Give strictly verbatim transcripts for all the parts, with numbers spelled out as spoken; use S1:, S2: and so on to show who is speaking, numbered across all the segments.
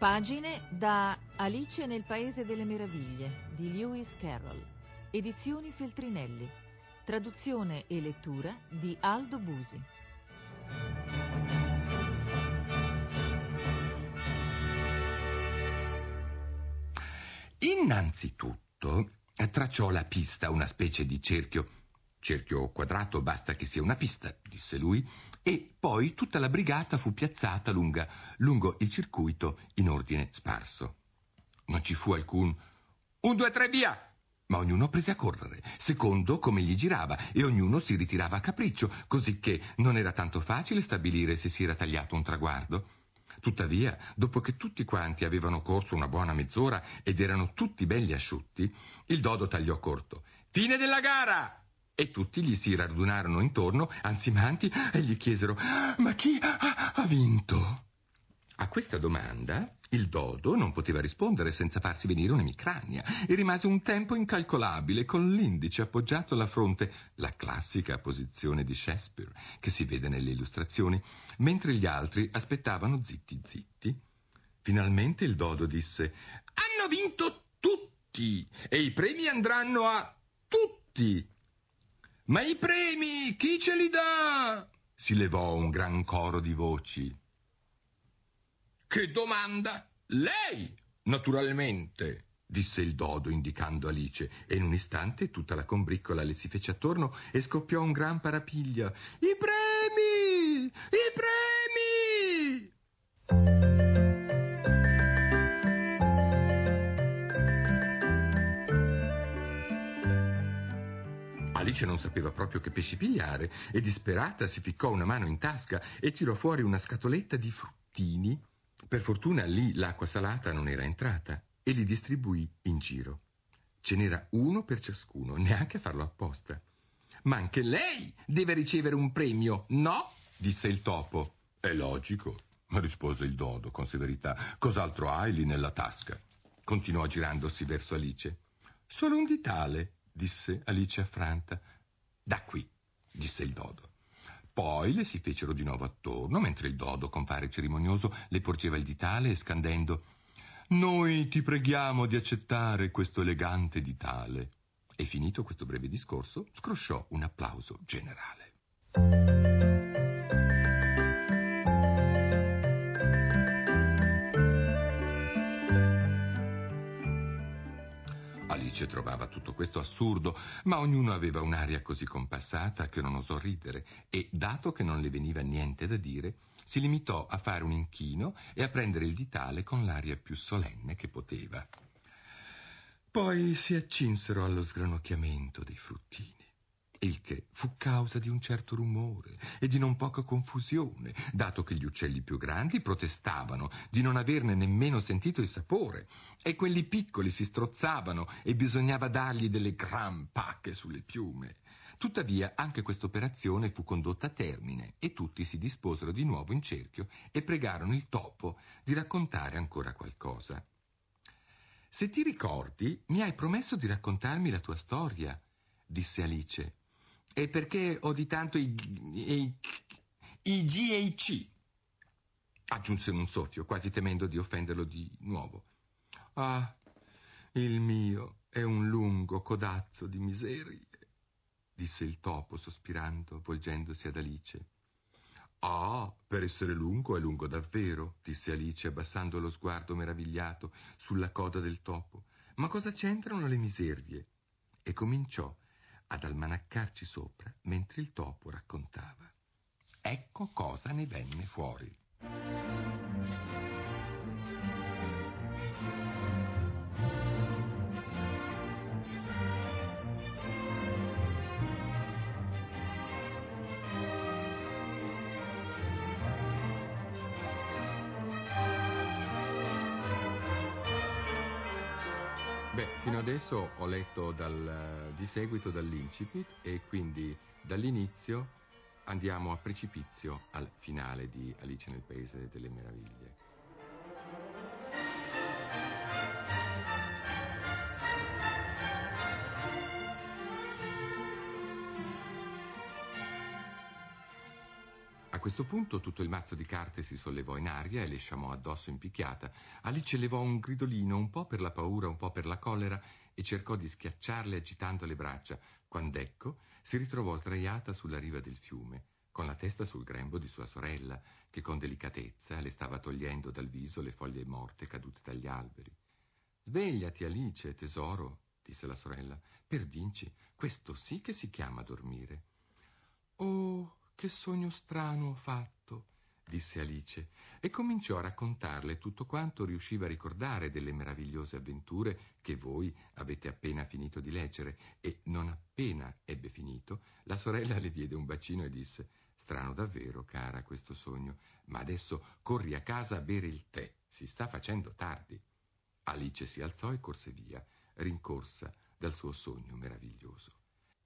S1: Pagine da Alice nel Paese delle Meraviglie di Lewis Carroll, edizioni Feltrinelli, traduzione e lettura di Aldo Busi.
S2: Innanzitutto tracciò la pista, una specie di cerchio. Cerchio quadrato, basta che sia una pista, disse lui, e poi tutta la brigata fu piazzata lunga, lungo il circuito in ordine sparso. Non ci fu alcun un, due, tre, via! Ma ognuno prese a correre, secondo come gli girava, e ognuno si ritirava a capriccio, così che non era tanto facile stabilire se si era tagliato un traguardo. Tuttavia, dopo che tutti quanti avevano corso una buona mezz'ora ed erano tutti belli asciutti, il dodo tagliò corto. Fine della gara! E tutti gli si radunarono intorno, ansimanti, e gli chiesero: ma chi ha, ha vinto? A questa domanda il dodo non poteva rispondere senza farsi venire un'emicrania e rimase un tempo incalcolabile con l'indice appoggiato alla fronte, la classica posizione di Shakespeare che si vede nelle illustrazioni, mentre gli altri aspettavano zitti zitti. Finalmente il dodo disse: hanno vinto tutti e i premi andranno a tutti. Ma i premi, chi ce li dà? Si levò un gran coro di voci. Che domanda? Lei, naturalmente, disse il dodo indicando Alice, e in un istante tutta la combriccola le si fece attorno e scoppiò un gran parapiglia. I premi! I premi! Alice non sapeva proprio che pesci pigliare e disperata si ficcò una mano in tasca e tirò fuori una scatoletta di fruttini. Per fortuna lì l'acqua salata non era entrata e li distribuì in giro. Ce n'era uno per ciascuno, neanche a farlo apposta. Ma anche lei deve ricevere un premio, no? Disse il topo. È logico, rispose il dodo con severità. Cos'altro hai lì nella tasca? Continuò girandosi verso Alice. Solo un ditale, disse Alice affranta. Da qui, disse il dodo. Poi le si fecero di nuovo attorno, mentre il dodo, con fare cerimonioso, le porgeva il ditale e scandendo: noi ti preghiamo di accettare questo elegante ditale. E finito questo breve discorso, scrosciò un applauso generale. Alice trovava tutto questo assurdo, ma ognuno aveva un'aria così compassata che non osò ridere e, dato che non le veniva niente da dire, si limitò a fare un inchino e a prendere il ditale con l'aria più solenne che poteva. Poi si accinsero allo sgranocchiamento dei fruttini, il che fu causa di un certo rumore e di non poca confusione, dato che gli uccelli più grandi protestavano di non averne nemmeno sentito il sapore, e quelli piccoli si strozzavano e bisognava dargli delle gran pacche sulle piume. Tuttavia anche questa operazione fu condotta a termine e tutti si disposero di nuovo in cerchio e pregarono il topo di raccontare ancora qualcosa. Se ti ricordi, mi hai promesso di raccontarmi la tua storia, disse Alice. E perché ho di tanto i, i, i G e i C, aggiunse in un soffio, quasi temendo di offenderlo di nuovo. Ah, il mio è un lungo codazzo di miserie, disse il topo sospirando, volgendosi ad Alice. Ah, per essere lungo è lungo davvero, disse Alice abbassando lo sguardo meravigliato sulla coda del topo. Ma cosa c'entrano le miserie? E cominciò ad almanaccarci sopra mentre il topo raccontava. Ecco cosa ne venne fuori. Beh, fino adesso ho letto dal, di seguito dall'incipit e quindi dall'inizio andiamo a precipizio al finale di Alice nel Paese delle Meraviglie. A questo punto tutto il mazzo di carte si sollevò in aria e le sciamò addosso in picchiata. Alice levò un gridolino, un po' per la paura, un po' per la collera, e cercò di schiacciarle agitando le braccia, quand'ecco si ritrovò sdraiata sulla riva del fiume, con la testa sul grembo di sua sorella, che con delicatezza le stava togliendo dal viso le foglie morte cadute dagli alberi. «Svegliati, Alice, tesoro», disse la sorella. «Perdinci, questo sì che si chiama dormire». «Oh, che sogno strano ho fatto», disse Alice, e cominciò a raccontarle tutto quanto riusciva a ricordare delle meravigliose avventure che voi avete appena finito di leggere, e non appena ebbe finito, la sorella le diede un bacino e disse: «Strano davvero, cara, questo sogno, ma adesso corri a casa a bere il tè, si sta facendo tardi». Alice si alzò e corse via, rincorsa dal suo sogno meraviglioso.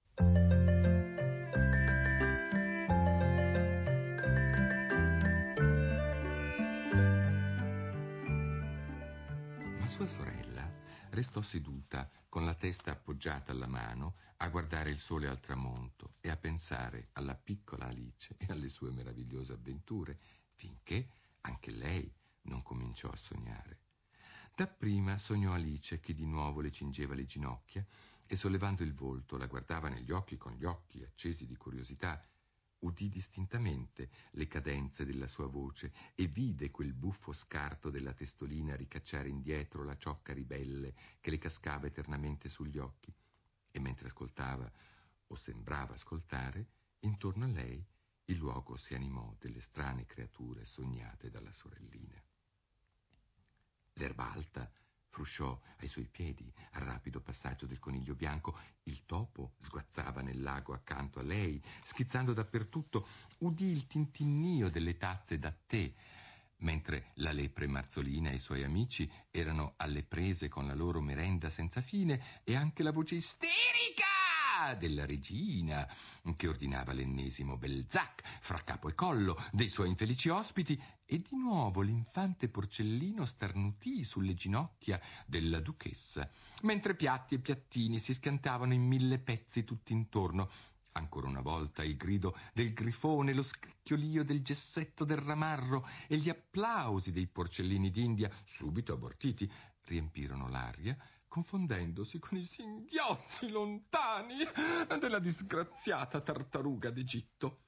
S2: Ma sua sorella restò seduta con la testa appoggiata alla mano a guardare il sole al tramonto e a pensare alla piccola Alice e alle sue meravigliose avventure, finché anche lei non cominciò a sognare. Dapprima sognò Alice che di nuovo le cingeva le ginocchia e, sollevando il volto, la guardava negli occhi con gli occhi accesi di curiosità. Udì distintamente le cadenze della sua voce e vide quel buffo scarto della testolina ricacciare indietro la ciocca ribelle che le cascava eternamente sugli occhi. E mentre ascoltava, o sembrava ascoltare, intorno a lei il luogo si animò delle strane creature sognate dalla sorellina. L'erba alta frusciò ai suoi piedi al rapido passaggio del coniglio bianco. Il topo sguazzava nel lago accanto a lei, schizzando dappertutto. Udì il tintinnio delle tazze da tè, mentre la lepre Marzolina e i suoi amici erano alle prese con la loro merenda senza fine, e anche la voce isterica della regina, che ordinava l'ennesimo Belzac fra capo e collo dei suoi infelici ospiti, e di nuovo l'infante porcellino starnutì sulle ginocchia della duchessa, mentre piatti e piattini si scantavano in mille pezzi tutt'intorno. Ancora una volta il grido del grifone, lo scricchiolio del gessetto del ramarro e gli applausi dei porcellini d'India, subito abortiti, riempirono l'aria, confondendosi con i singhiozzi lontani della disgraziata tartaruga d'Egitto.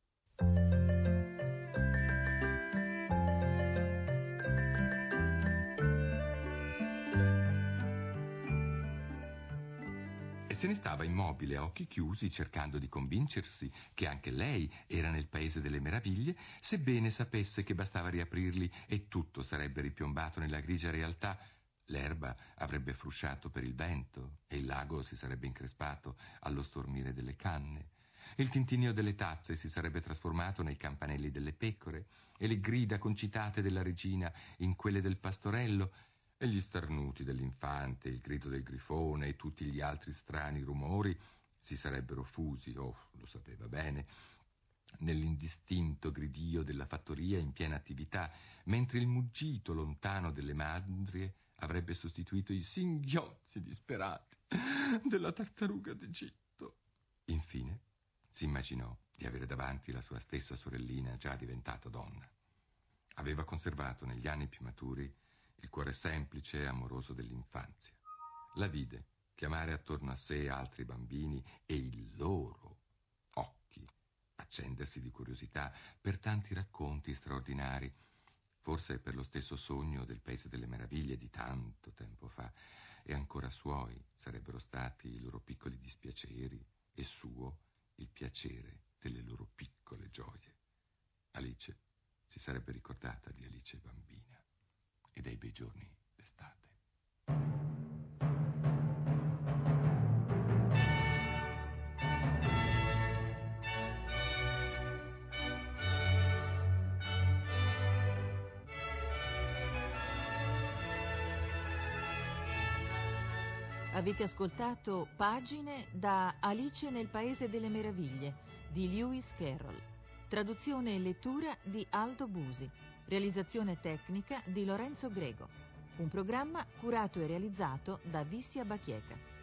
S2: E se ne stava immobile a occhi chiusi, cercando di convincersi che anche lei era nel paese delle meraviglie, sebbene sapesse che bastava riaprirli e tutto sarebbe ripiombato nella grigia realtà. L'erba avrebbe frusciato per il vento e il lago si sarebbe increspato allo stormire delle canne. Il tintinnio delle tazze si sarebbe trasformato nei campanelli delle pecore e le grida concitate della regina in quelle del pastorello, e gli starnuti dell'infante, il grido del grifone e tutti gli altri strani rumori si sarebbero fusi, oh, lo sapeva bene, nell'indistinto gridio della fattoria in piena attività, mentre il muggito lontano delle mandrie avrebbe sostituito i singhiozzi disperati della tartaruga d'Egitto. Infine si immaginò di avere davanti la sua stessa sorellina già diventata donna. Aveva conservato negli anni più maturi il cuore semplice e amoroso dell'infanzia. La vide chiamare attorno a sé altri bambini e i loro occhi accendersi di curiosità per tanti racconti straordinari, forse per lo stesso sogno del paese delle meraviglie di tanto tempo fa, e ancora suoi sarebbero stati i loro piccoli dispiaceri e suo il piacere delle loro piccole gioie. Alice si sarebbe ricordata di Alice bambina e dei bei giorni d'estate.
S1: Avete ascoltato Pagine da Alice nel Paese delle Meraviglie di Lewis Carroll. Traduzione e lettura di Aldo Busi. Realizzazione tecnica di Lorenzo Grego. Un programma curato e realizzato da Vissia Bachieca.